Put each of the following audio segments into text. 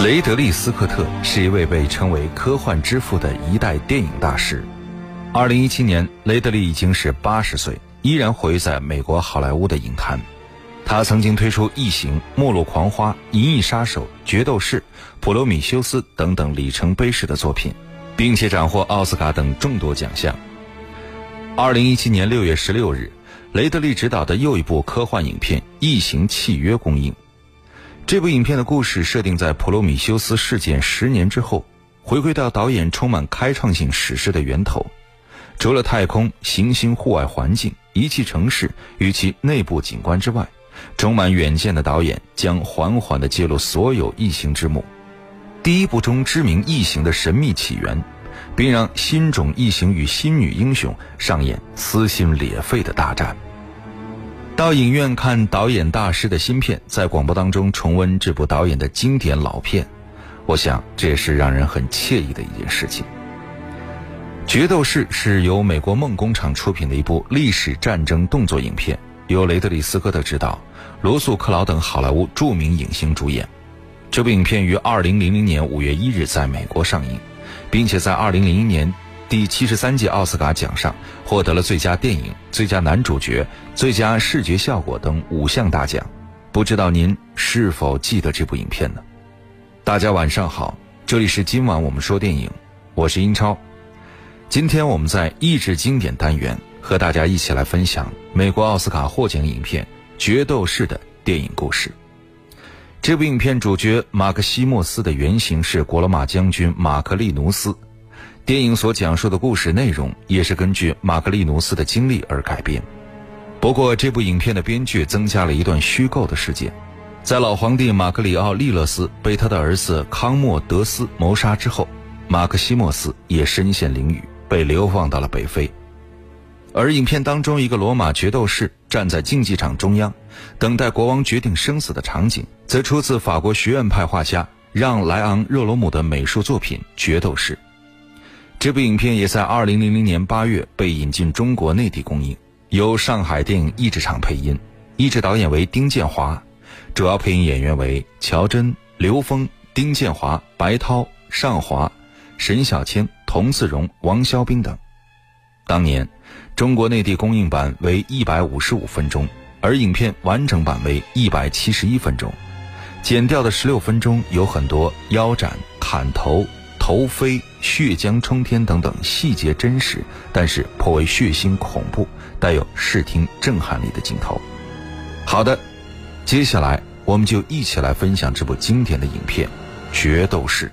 雷德利·斯科特是一位被称为科幻之父的一代电影大师。2017年，雷德利已经是80岁，依然活跃在美国好莱坞的影坛。他曾经推出《异形》《末路狂花》《银翼杀手》《决斗士》《普罗米修斯》等等里程碑式的作品，并且斩获奥斯卡等众多奖项。2017年6月16日，雷德利执导的又一部科幻影片《异形契约》公映。这部影片的故事设定在普罗米修斯事件10年之后，回归到导演充满开创性史诗的源头。除了太空、行星户外环境、仪器城市与其内部景观之外，充满远见的导演将缓缓地揭露所有异形之幕，第一部中知名异形的神秘起源，并让新种异形与新女英雄上演撕心裂肺的大战。到影院看导演大师的新片，在广播当中重温这部导演的经典老片，我想这也是让人很惬意的一件事情。决斗士是由美国梦工厂出品的一部历史战争动作影片，由雷德利·斯科特执导，罗素·克劳等好莱坞著名影星主演。这部影片于2000年5月1日在美国上映，并且在2001年第73届奥斯卡奖上获得了最佳电影、最佳男主角、最佳视觉效果等5项大奖。不知道您是否记得这部影片呢？大家晚上好，这里是今晚我们说电影，我是英超。今天我们在益智经典单元和大家一起来分享美国奥斯卡获奖影片《决斗士》的电影故事。这部影片主角马克西莫斯的原型是古罗马将军马克利努斯，电影所讲述的故事内容也是根据马克利努斯的经历而改编。不过这部影片的编剧增加了一段虚构的事件，在老皇帝马克里奥利勒斯被他的儿子康莫德斯谋杀之后，马克西莫斯也身陷囹圄，被流放到了北非。而影片当中一个罗马决斗士站在竞技场中央，等待国王决定生死的场景，则出自法国学院派画家让·莱昂·热罗姆的美术作品《决斗士》。这部影片也在2000年8月被引进中国内地公映，由上海电影译制厂配音，译制导演为丁建华，主要配音演员为乔真、刘峰、丁建华、白涛、尚华、沈小千、童自荣、王肖斌等。当年中国内地公映版为155分钟，而影片完整版为171分钟，剪掉的16分钟有很多腰斩、砍头、头飞、血浆冲天等等细节真实，但是颇为血腥恐怖，带有视听震撼力的镜头。好的，接下来我们就一起来分享这部经典的影片《决斗士》。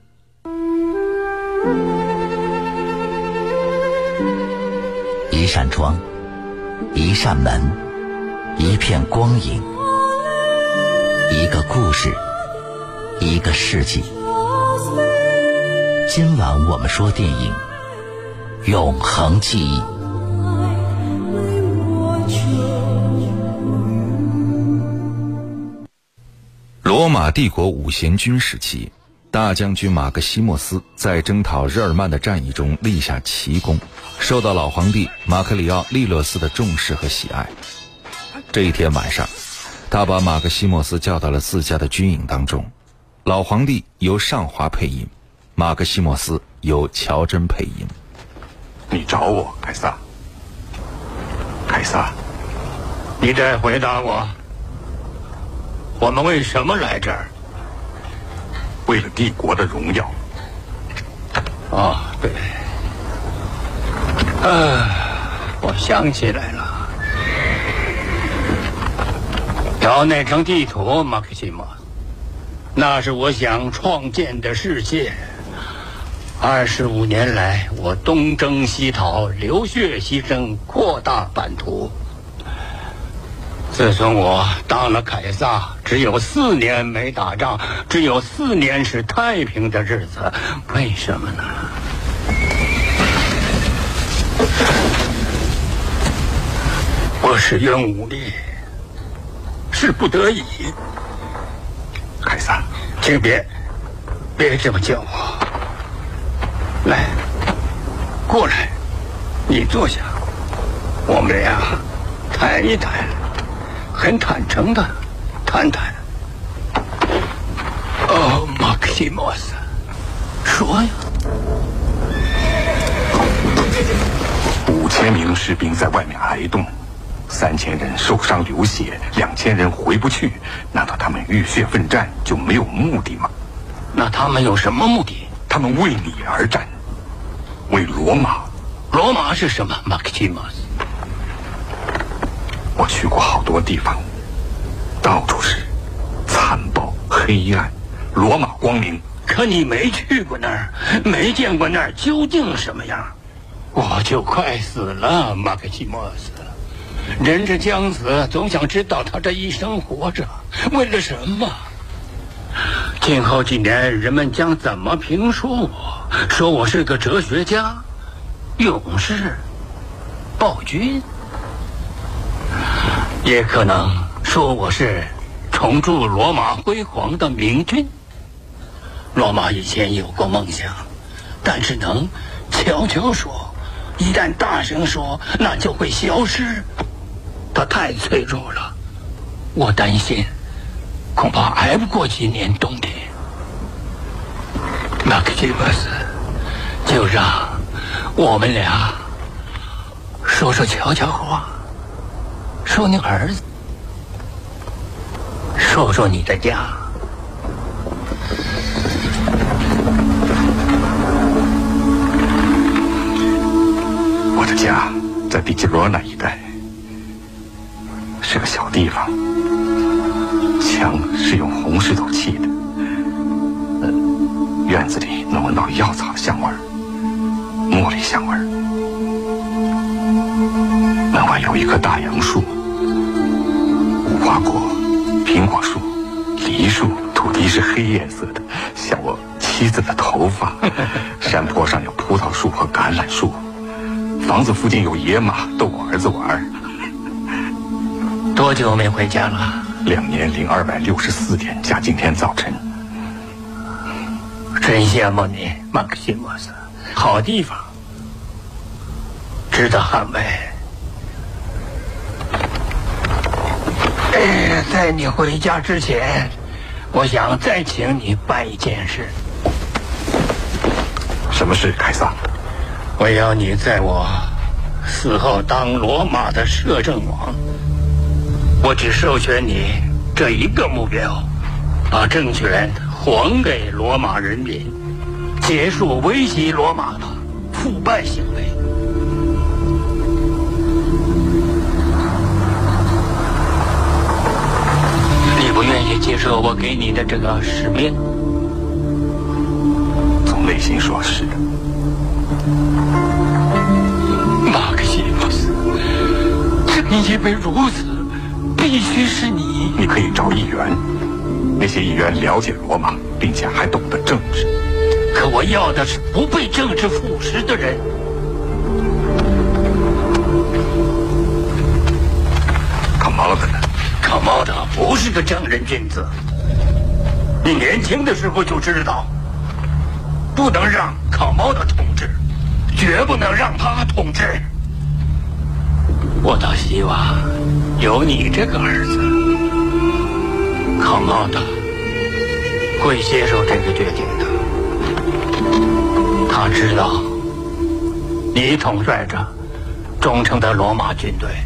一扇窗，一扇门，一片光影，一个故事，一个世纪。今晚我们说电影，永恒记忆。 罗马帝国五贤君时期，大将军马克西莫斯在征讨日耳曼的战役中立下奇功，受到老皇帝马克里奥利勒斯的重视和喜爱。这一天晚上，他把马克西莫斯叫到了自家的军营当中。老皇帝由尚华配音，马克西莫斯由乔真配音。 你找我，凯撒？凯撒，你再回答我，我们为什么来这儿？为了帝国的荣耀。哦，对。我想起来了，找那张地图，马克西莫，那是我想创建的世界。25年来，我东征西讨，流血牺牲，扩大版图。自从我当了凯撒，只有4年没打仗，只有4年是太平的日子。为什么呢？我使用武力是不得已。凯撒，请别这么叫我。来，过来，你坐下，我们俩谈一谈，很坦诚的谈谈。哦，马克西莫斯，说呀 ！5000名士兵在外面挨冻，3000人受伤流血，2000人回不去，难道他们浴血奋战就没有目的吗？ 那他们有什么目的？ 他们为你而战，为罗马。 罗马是什么，马克西莫斯？ 我去过好多地方，到处是残暴、黑暗，罗马光明。 可你没去过那儿，没见过那儿究竟什么样。我就快死了，马克西莫斯。人之将死，总想知道他这一生活着为了什么。今后几年，人们将怎么评说我？说我是个哲学家、勇士、暴君，也可能说我是重铸罗马辉煌的明君。罗马以前有过梦想，但只能悄悄说，一旦大声说，那就会消失。它太脆弱了，我担心恐怕挨不过几年冬天。马克西莫斯，就让我们俩说说悄悄话，说你儿子，说说你的家。 我的家在迪吉罗那一带，是个小地方，墙是用红石头砌的，院子里能闻到药草的香味儿，茉莉香味儿。门外有一棵大杨树，无花果、苹果树、梨树，土地是黑颜色的，像我妻子的头发。山坡上有葡萄树和橄榄树，房子附近有野马逗我儿子玩。 多久没回家了 ？2年零264天，加今天早晨。 真羡慕你，马克西莫斯，好地方，值得捍卫。在你回家之前，我想再请你办一件事。 什么事，凯撒？ 我要你在我死后当罗马的摄政王。我只授权你这一个目标，把政权还给罗马人民，结束威胁罗马的腐败行为。你不愿意接受我给你的这个使命？ 从内心说是的。 马克西莫斯，正因为如此，必须是你。 你可以找议员，那些议员了解罗马，并且还懂得政治。 可我要的是不被政治腐蚀的人。 卡毛的呢？ 卡毛的不是个正人君子。你年轻的时候就知道，不能让卡毛的统治，绝不能让他统治。我倒希望有你这个儿子，卡毛的会接受这个决定的。他知道你统帅着忠诚的罗马军队。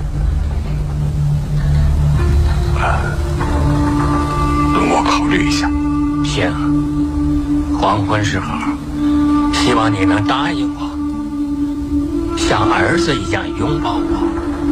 容我考虑一下。 行，黄昏时候，希望你能答应我，像儿子一样拥抱我。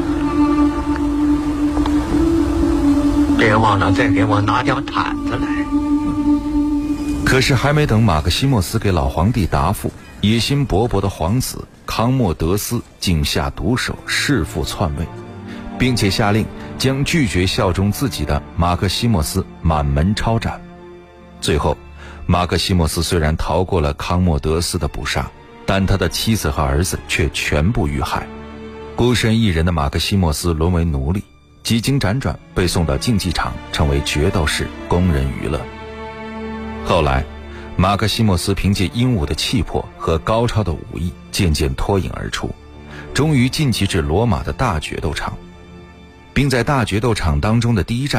别忘了再给我拿条毯子来。 可是还没等马克西莫斯给老皇帝答复，野心勃勃的皇子康莫德斯竟下毒手，弑父篡位，并且下令将拒绝效忠自己的马克西莫斯满门抄斩。最后，马克西莫斯虽然逃过了康莫德斯的捕杀，但他的妻子和儿子却全部遇害。孤身一人的马克西莫斯沦为奴隶，几经辗转被送到竞技场，成为决斗士，供人娱乐。后来，马克西莫斯凭借英武的气魄和高超的武艺渐渐脱颖而出，终于晋级至罗马的大决斗场，并在大决斗场当中的第一战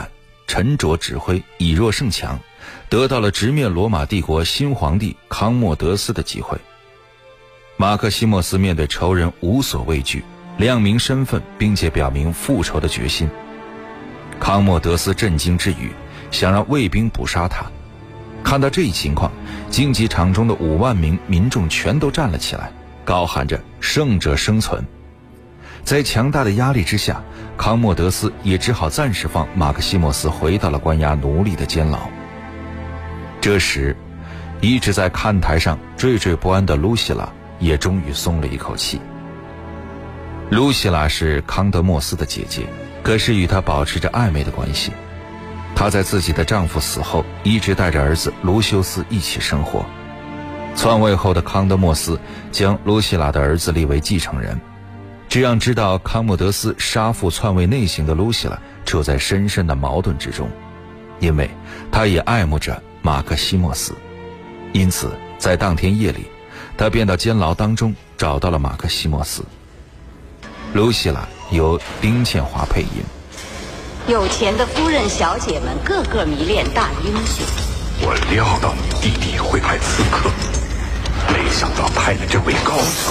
沉着指挥，以弱胜强，得到了直面罗马帝国新皇帝康莫德斯的机会。马克西莫斯面对仇人无所畏惧，亮明身份并且表明复仇的决心。康莫德斯震惊之余，想让卫兵捕杀他。看到这一情况，竞技场中的5万名民众全都站了起来，高喊着胜者生存。在强大的压力之下，康莫德斯也只好暂时放马克西莫斯回到了关押奴隶的监牢。这时，一直在看台上惴惴不安的露西拉也终于松了一口气。露西拉是康德莫斯的姐姐，可是与她保持着暧昧的关系。她在自己的丈夫死后，一直带着儿子卢修斯一起生活。篡位后的康德莫斯将露西拉的儿子立为继承人，这让知道康莫德斯杀父篡位内情的露西拉处在深深的矛盾之中，因为她也爱慕着马克西莫斯。因此在当天夜里，她便到监牢当中找到了马克西莫斯。露西拉由丁倩华配音。 有钱的夫人小姐们个个迷恋大英雄。 我料到你弟弟会派刺客，没想到派了这位高手。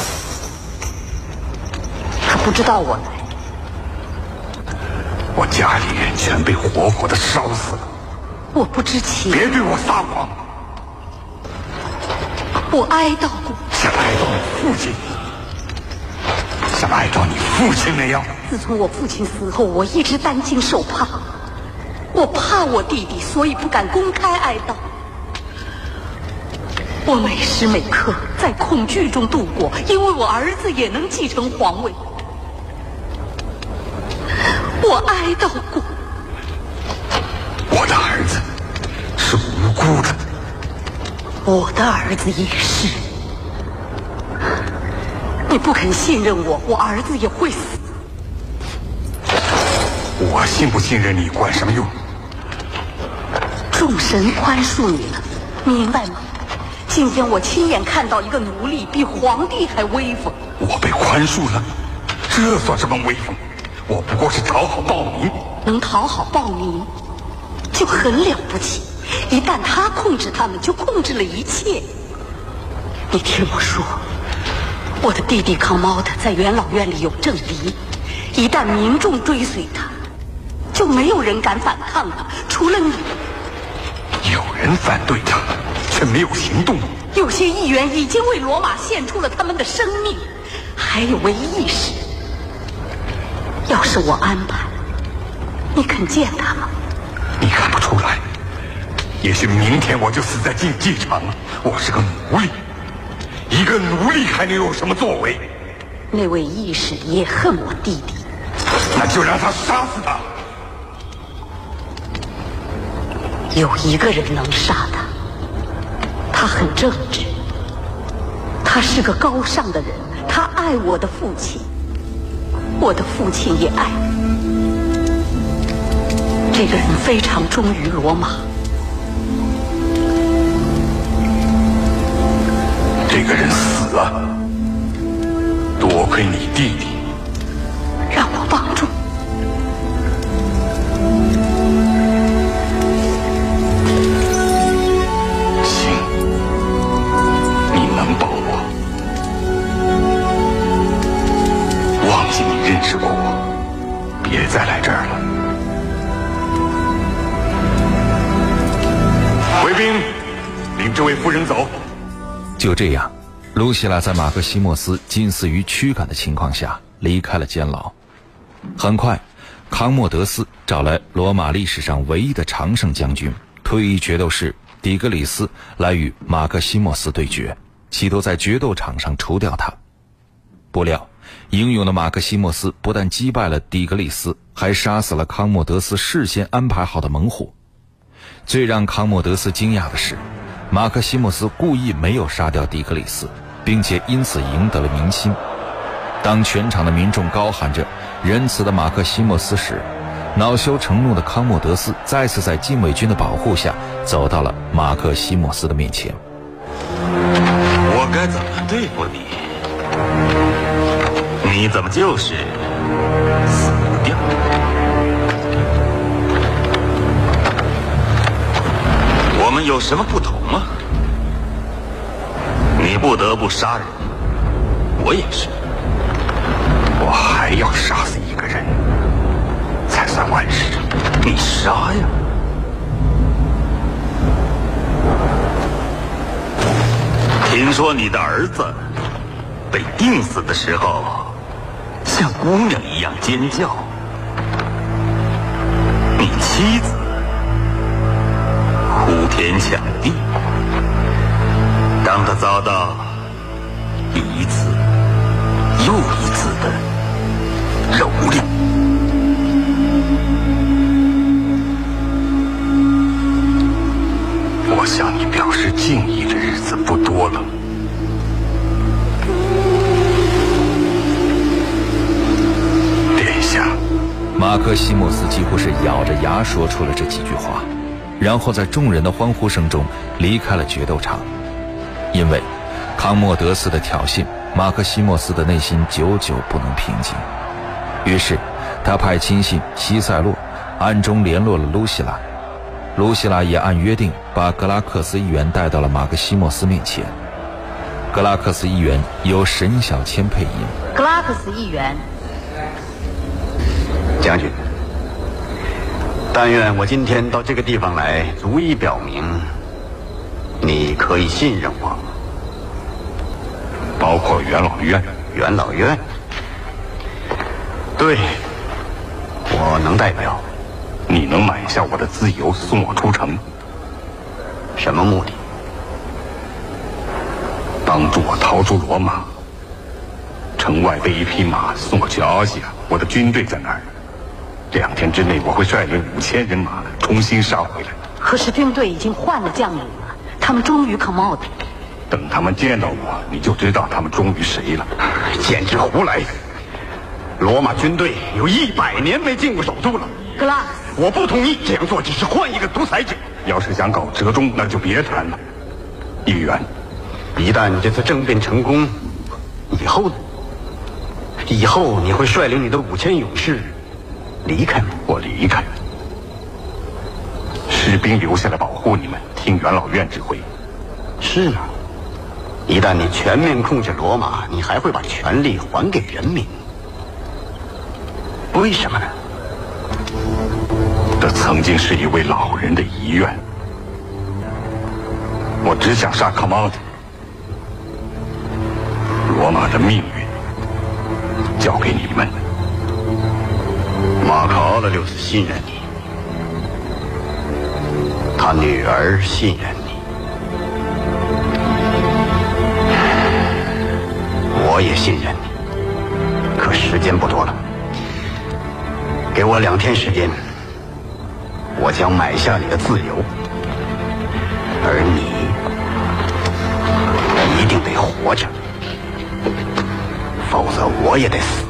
他不知道我来， 我家里人全被活活的烧死了。 我不知情。 别对我撒谎！ 我哀悼过， 像哀悼你父亲，像哀悼你父亲那样。 自从我父亲死后，我一直担惊受怕。我怕我弟弟，所以不敢公开哀悼。我每时每刻在恐惧中度过，因为我儿子也能继承皇位。我哀悼过。 我的儿子是无辜的。 我的儿子也是。你不肯信任我，我儿子也会死。 我信不信任你管什么用？ 众神宽恕你了，明白吗？今天我亲眼看到一个奴隶比皇帝还威风。 我被宽恕了，这算什么威风？我不过是讨好暴民。 能讨好暴民就很了不起，一旦他控制他们，就控制了一切。你听我说，我的弟弟康猫特在元老院里有政敌，一旦民众追随他，就没有人敢反抗他，除了你。 有人反对他，却没有行动。 有些议员已经为罗马献出了他们的生命，还有位议士。要是我安排，你肯见他吗？ 你看不出来？也许明天我就死在竞技场了。我是个奴隶，一个奴隶还能有什么作为？ 那位义士也恨我弟弟， 那就让他杀死他。 有一个人能杀他，他很正直，他是个高尚的人，他爱我的父亲，我的父亲也爱你。这个人非常忠于罗马。 这个人死了，多亏你弟弟， 让我帮助。 行，你能帮我。忘记你认识过我，别再来这儿了。卫兵，领这位夫人走。 就这样，露西拉在马克西莫斯近似于驱赶的情况下离开了监牢。很快，康莫德斯找来罗马历史上唯一的常胜将军、退役决斗士底格里斯来与马克西莫斯对决，企图在决斗场上除掉他。不料，英勇的马克西莫斯不但击败了底格里斯，还杀死了康莫德斯事先安排好的猛虎。最让康莫德斯惊讶的是，马克西莫斯故意没有杀掉底格里斯，并且因此赢得了民心。当全场的民众高喊着仁慈的马克西莫斯时，恼羞成怒的康莫德斯再次在禁卫军的保护下走到了马克西莫斯的面前。 我该怎么对付你？你怎么就是死不掉？ 们有什么不同吗？你不得不杀人，我也是。 我还要杀死一个人，才算完事。 你杀呀！听说你的儿子被钉死的时候，像姑娘一样尖叫。你妻子哭天抢地，当他遭到一次又一次的蹂躏。 我向你表示敬意的日子不多了。殿下， 马克西莫斯几乎是咬着牙说出了这几句话，然后在众人的欢呼声中离开了决斗场。因为康莫德斯的挑衅，马克西莫斯的内心久久不能平静。于是他派亲信西塞洛暗中联络了卢西拉，卢西拉也按约定把格拉克斯议员带到了马克西莫斯面前。格拉克斯议员由沈小千配音。 格拉克斯议员， 将军，但愿我今天到这个地方来，足以表明你可以信任我。 包括元老院。 元老院？对，我能代表。 你能买下我的自由，送我出城？ 什么目的？ 帮助我逃出罗马。城外备一匹马送我去奥西亚，我的军队在那儿。2天之内，我会率领5000人马重新杀回来。 可是军队已经换了将领了，他们忠于康茂的。 等他们见到我，你就知道他们忠于谁了。 简直胡来！罗马军队有100年没进过首都了。 格拉， 我不同意这样做，只是换一个独裁者。 要是想搞折中，那就别谈了。议员， 一旦这次政变成功，以后呢？以后你会率领你的5000勇士离开吗？ 我离开，士兵留下来保护你们，听元老院指挥。 是吗？一旦你全面控制罗马，你还会把权力还给人民？为什么呢？ 这曾经是一位老人的遗愿。我只想杀康茂德。罗马的命运交给你们。 马卡奥勒六斯信任你，他女儿信任你，我也信任你。可时间不多了，给我2天时间，我将买下你的自由，而你一定得活着，否则我也得死。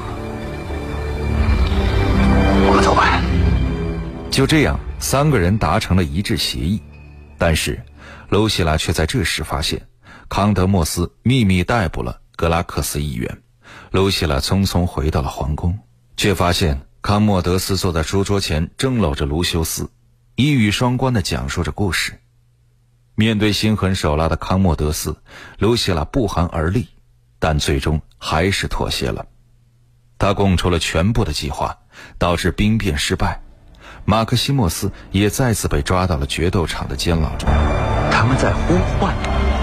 我们走吧。 就这样，3个人达成了一致协议。但是楼希拉却在这时发现，康德莫斯秘密逮捕了格拉克斯议员。楼希拉匆匆回到了皇宫，却发现康莫德斯坐在书桌前正搂着卢修斯，一语双关地讲述着故事。面对心狠手辣的康莫德斯，楼希拉不寒而栗，但最终还是妥协了。他供出了全部的计划，导致兵变失败。马克西莫斯也再次被抓到了决斗场的监牢中。 他们在呼唤，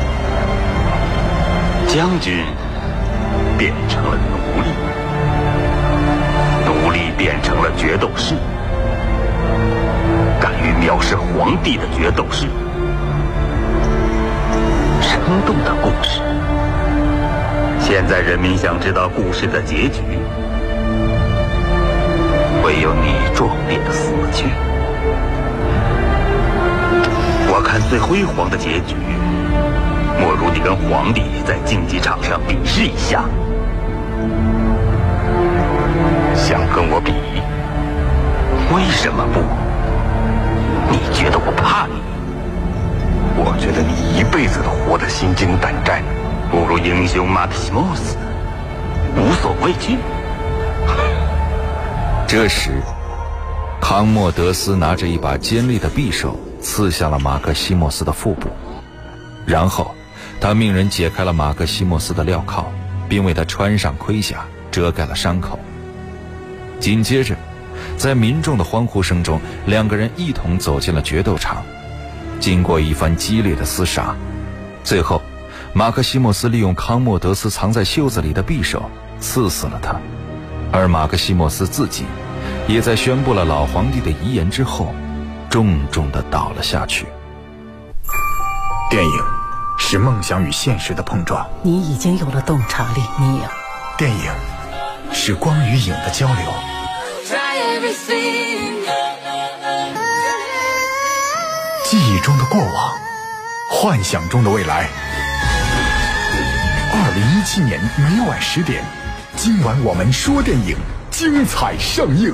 将军变成了奴隶，奴隶变成了决斗士，敢于藐视皇帝的决斗士。生动的故事。现在人民想知道故事的结局，唯有你壮烈的死去。我看最辉煌的结局，莫如你跟皇帝在竞技场上比试一下。 想跟我比？ 为什么不？你觉得我怕你？ 我觉得你一辈子都活得心惊胆战， 不如英雄马克西莫斯无所畏惧。 这时康莫德斯拿着一把尖利的匕首刺向了马克西莫斯的腹部，然后他命人解开了马克西莫斯的镣铐，并为他穿上盔甲，遮盖了伤口。紧接着，在民众的欢呼声中，两个人一同走进了决斗场。经过一番激烈的厮杀，最后马克西莫斯利用康莫德斯藏在袖子里的匕首刺死了他，而马克西莫斯自己也在宣布了老皇帝的遗言之后，重重地倒了下去。 电影是梦想与现实的碰撞， 你已经有了洞察力，你有。 电影是光与影的交流，记忆中的过往，幻想中的未来。2017年每晚10点，今晚我们说电影，精彩上映。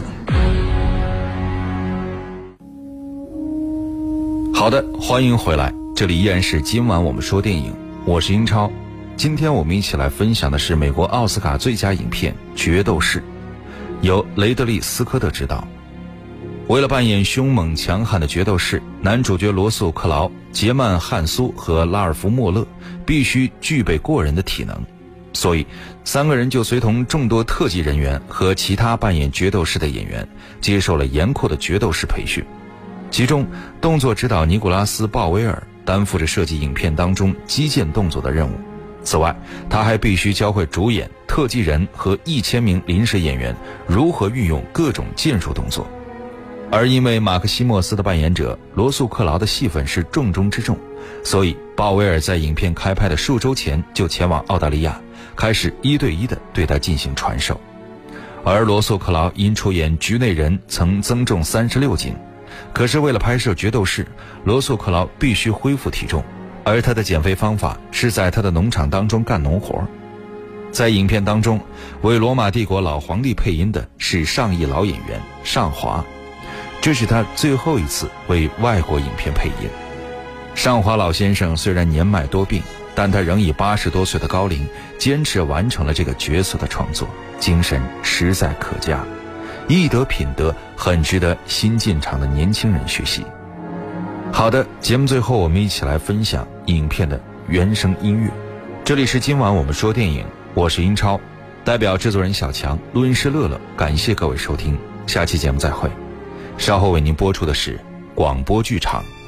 好的，欢迎回来，这里依然是今晚我们说电影，我是英超。今天我们一起来分享的是美国奥斯卡最佳影片《决斗士》，由雷德利·斯科特执导。为了扮演凶猛强悍的决斗士，男主角罗素·克劳、杰曼·汉苏和拉尔夫·莫勒必须具备过人的体能，所以3个人就随同众多特技人员和其他扮演决斗士的演员接受了严酷的决斗士培训。其中，动作指导尼古拉斯·鲍威尔担负着设计影片当中击剑动作的任务。此外，他还必须教会主演、特技人和1000名临时演员如何运用各种剑术动作。而因为马克西莫斯的扮演者罗素·克劳的戏份是重中之重，所以鲍威尔在影片开拍的数周前就前往澳大利亚，开始1对1的对他进行传授。而罗素·克劳因出演局内人曾增重36斤，可是为了拍摄决斗士，罗素·克劳必须恢复体重，而他的减肥方法是在他的农场当中干农活。在影片当中，为罗马帝国老皇帝配音的是上亿老演员尚华，这是他最后一次为外国影片配音。尚华老先生虽然年迈多病，但他仍以80多岁的高龄坚持完成了这个角色的创作，精神实在可嘉，艺德品德很值得新进场的年轻人学习。好的，节目最后我们一起来分享影片的原声音乐。这里是今晚我们说电影，我是英超，代表制作人小强、录音师乐乐，感谢各位收听，下期节目再会。稍后为您播出的是广播剧场